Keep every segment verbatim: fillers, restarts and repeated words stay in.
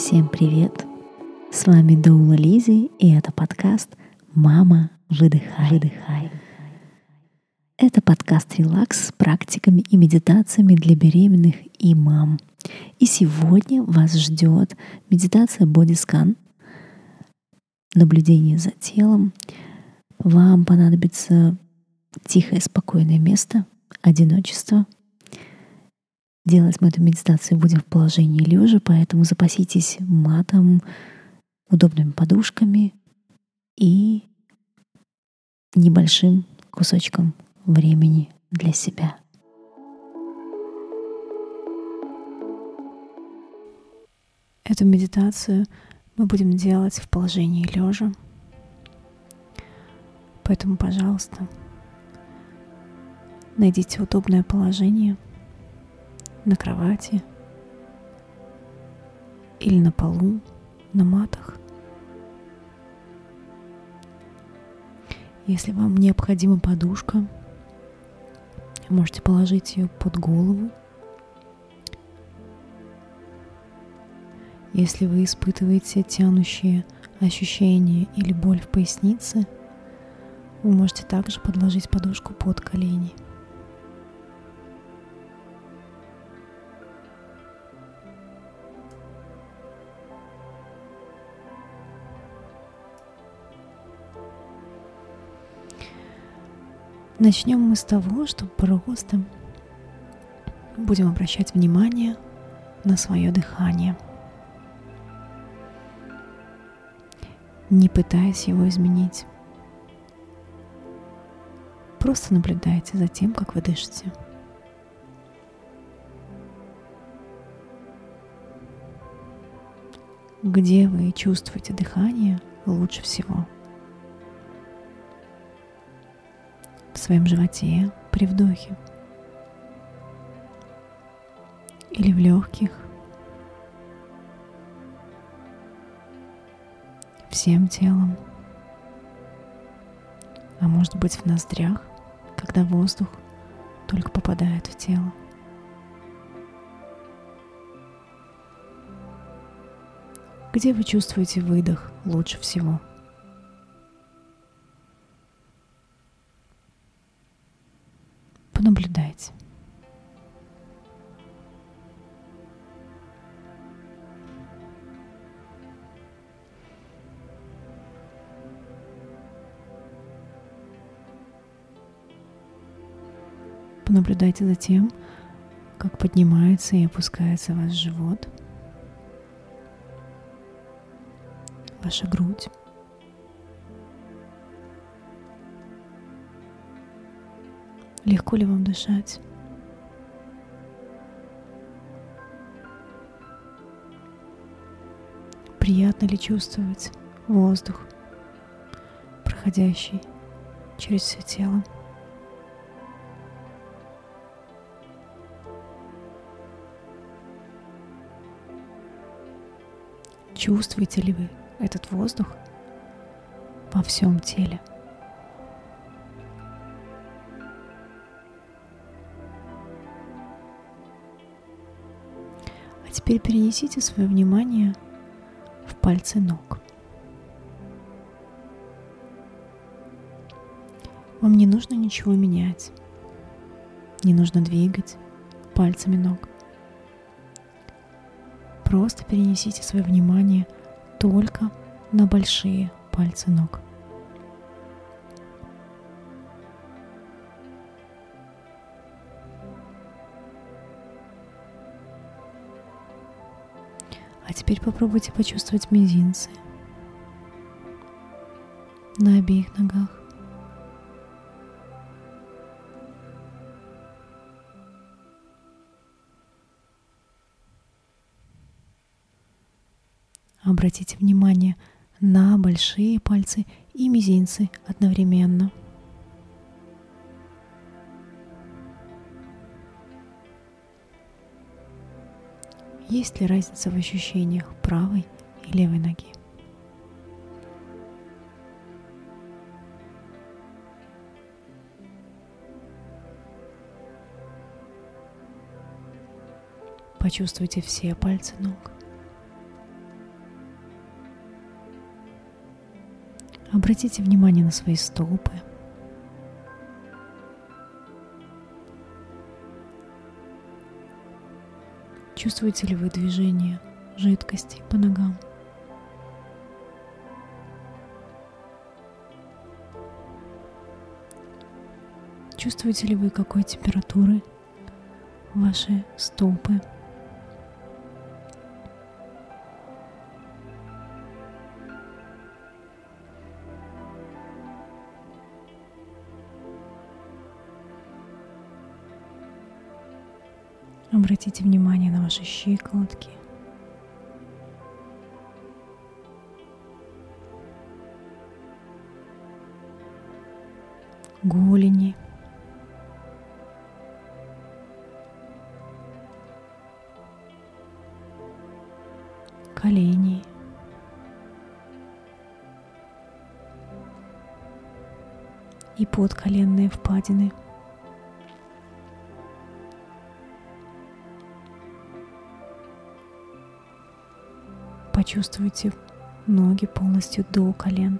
Всем привет! С вами Доула Лизи, и это подкаст «Мама, выдыхай, выдыхай». Это подкаст релакс с практиками и медитациями для беременных и мам. И сегодня вас ждет медитация бодискан, наблюдение за телом. Вам понадобится тихое, спокойное место, одиночество. Делать мы эту медитацию будем в положении лежа, поэтому запаситесь матом, удобными подушками и небольшим кусочком времени для себя. Эту медитацию мы будем делать в положении лежа, поэтому, пожалуйста, найдите удобное положение на кровати или на полу, на матах. Если вам необходима подушка, можете положить ее под голову. Если вы испытываете тянущие ощущения или боль в пояснице, вы можете также подложить подушку под колени. Начнем мы с того, что просто будем обращать внимание на свое дыхание, не пытаясь его изменить. Просто наблюдайте за тем, как вы дышите. Где вы чувствуете дыхание лучше всего? В своем животе при вдохе или в легких, всем телом, а может быть в ноздрях, когда воздух только попадает в тело. Где вы чувствуете выдох лучше всего? Понаблюдайте. Понаблюдайте за тем, как поднимается и опускается ваш живот, ваша грудь. Легко ли вам дышать? Приятно ли чувствовать воздух, проходящий через все тело? Чувствуете ли вы этот воздух во всем теле? А теперь перенесите свое внимание в пальцы ног. Вам не нужно ничего менять, не нужно двигать пальцами ног. Просто перенесите свое внимание только на большие пальцы ног. А теперь попробуйте почувствовать мизинцы на обеих ногах. Обратите внимание на большие пальцы и мизинцы одновременно. Есть ли разница в ощущениях правой и левой ноги? Почувствуйте все пальцы ног. Обратите внимание на свои стопы. Чувствуете ли вы движение жидкости по ногам? Чувствуете ли вы, какой температуры ваши стопы? Обратите внимание на ваши щиколотки. Голени. Колени. И подколенные впадины. Почувствуйте ноги полностью до колен.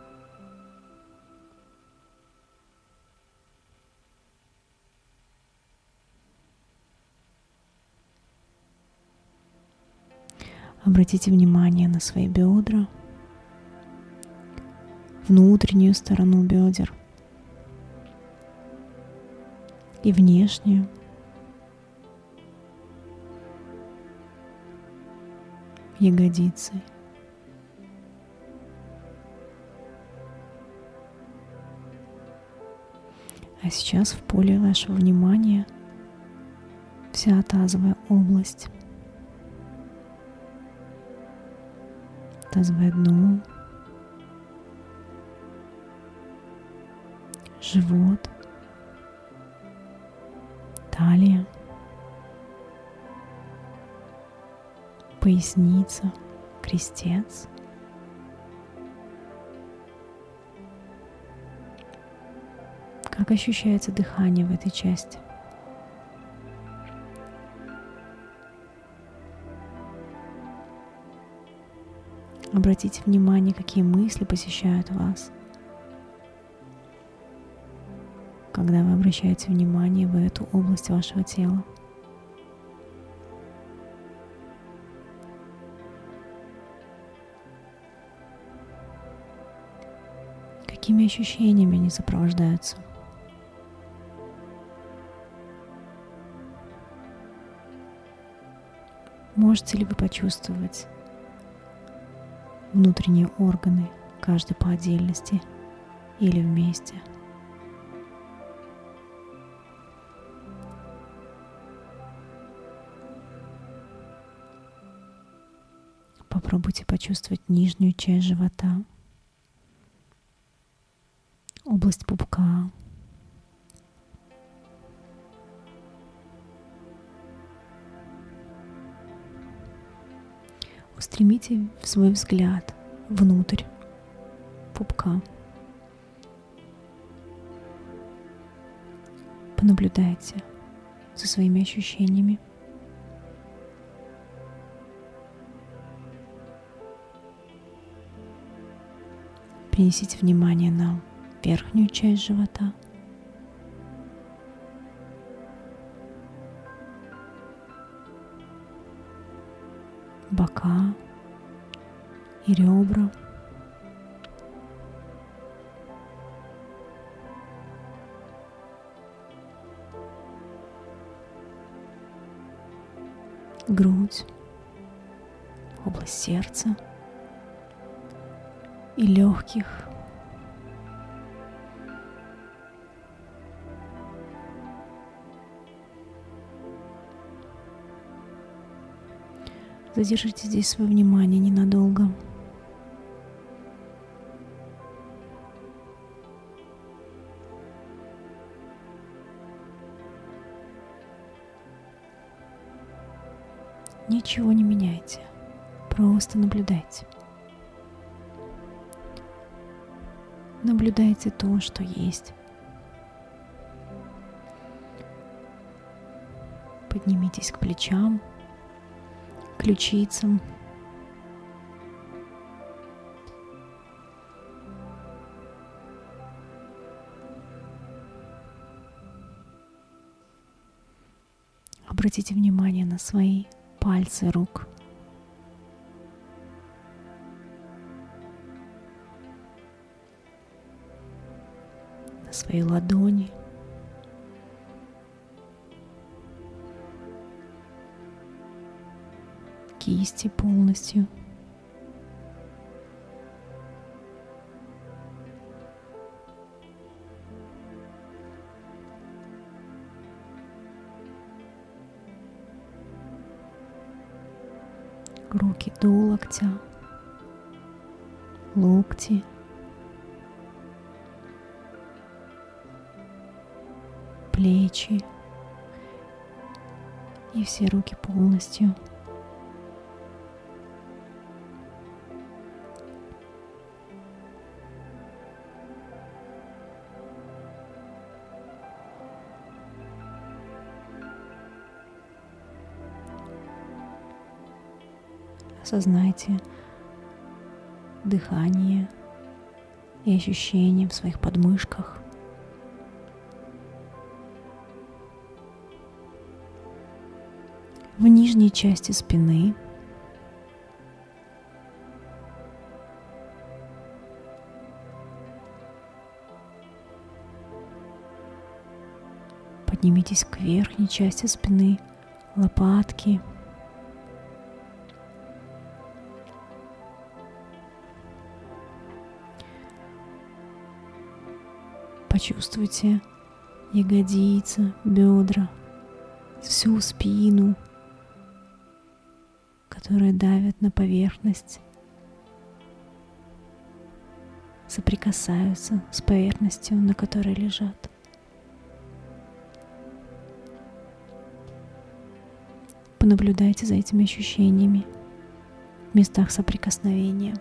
Обратите внимание на свои бедра, внутреннюю сторону бедер и внешнюю. Ягодицы. А сейчас в поле вашего внимания вся тазовая область. Тазовое дно, живот, талия, поясница, крестец. Как ощущается дыхание в этой части? Обратите внимание, какие мысли посещают вас, когда вы обращаете внимание в эту область вашего тела. Какими ощущениями они сопровождаются? Можете ли вы почувствовать внутренние органы, каждый по отдельности или вместе? Попробуйте почувствовать нижнюю часть живота, область пупка, устремите свой взгляд внутрь пупка. Понаблюдайте за своими ощущениями. Перенесите внимание на верхнюю часть живота. Бока и ребра. Грудь, область сердца и легких. Задержите здесь свое внимание ненадолго. Ничего не меняйте, просто наблюдайте. Наблюдайте то, что есть. Поднимитесь к плечам, ключицам. Обратите внимание на свои пальцы рук. На свои ладони. Кисти полностью. Руки до локтя, локти, плечи и все руки полностью. Осознайте дыхание и ощущения в своих подмышках. В нижней части спины. Поднимитесь к верхней части спины, лопатки. Почувствуйте ягодицы, бедра, всю спину, которые давят на поверхность, соприкасаются с поверхностью, на которой лежат. Понаблюдайте за этими ощущениями в местах соприкосновения.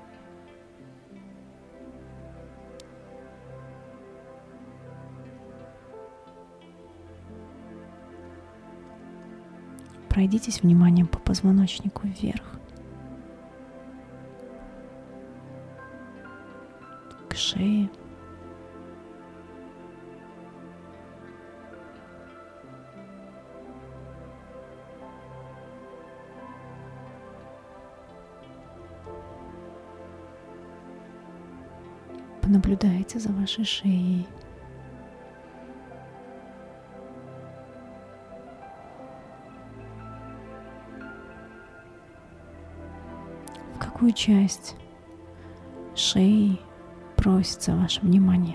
Пройдитесь вниманием по позвоночнику вверх, к шее, понаблюдайте за вашей шеей. В какую часть шеи просится ваше внимание?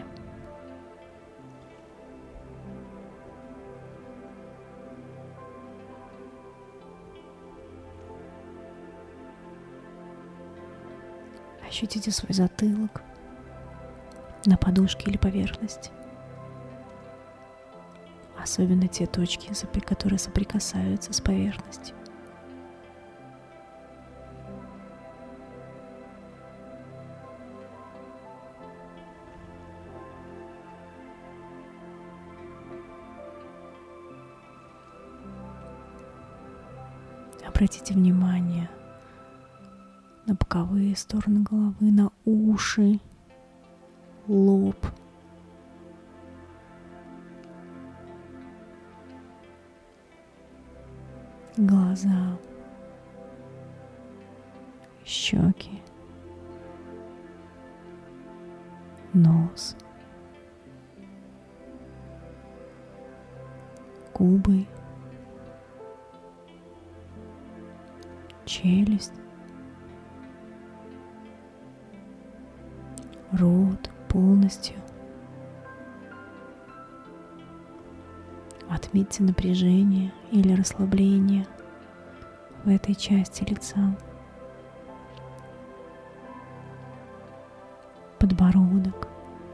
Ощутите свой затылок на подушке или поверхности. Особенно те точки, которые соприкасаются с поверхностью. Обратите внимание на боковые стороны головы, на уши, лоб. Глаза, щеки, нос, губы, челюсть, рот полностью. Отметьте напряжение или расслабление в этой части лица. Подбородок.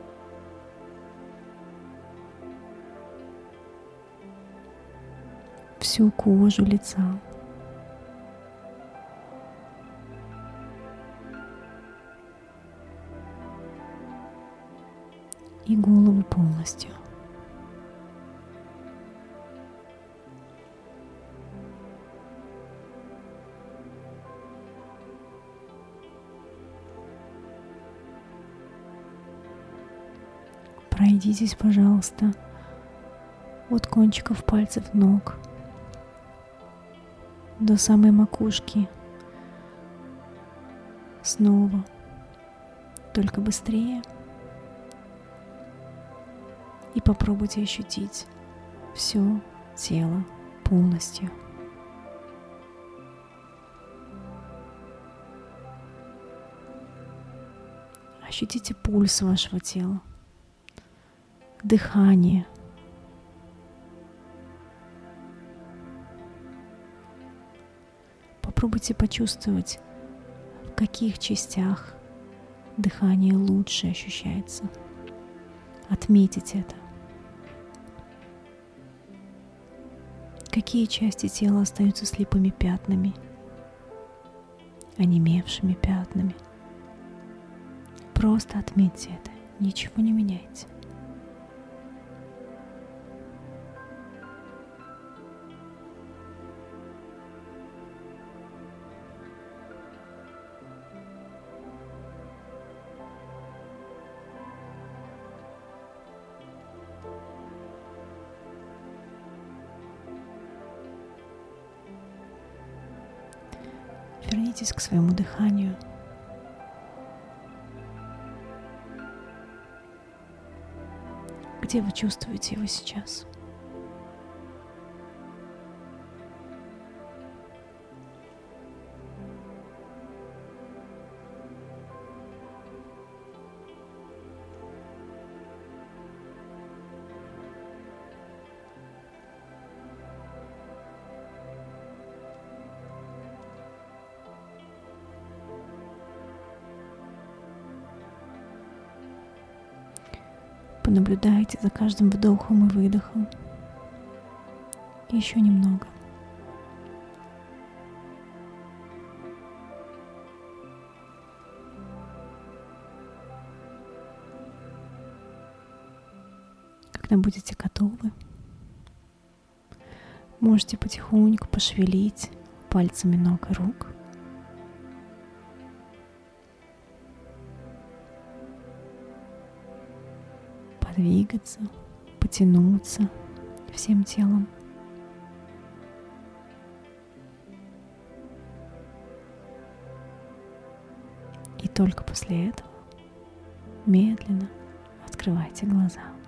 Всю кожу лица. И голову полностью. Пройдитесь, пожалуйста, от кончиков пальцев ног до самой макушки. Снова, только быстрее. И попробуйте ощутить все тело полностью. Ощутите пульс вашего тела, дыхание. Попробуйте почувствовать, в каких частях дыхание лучше ощущается. Отметить это. Какие части тела остаются слепыми пятнами, онемевшими пятнами. Просто отметьте это, ничего не меняйте. Вернитесь к своему дыханию. Где вы чувствуете его сейчас? Понаблюдайте за каждым вдохом и выдохом. Еще немного. Когда будете готовы, можете потихоньку пошевелить пальцами ног и рук. Подвигаться, потянуться всем телом. И только после этого медленно открывайте глаза.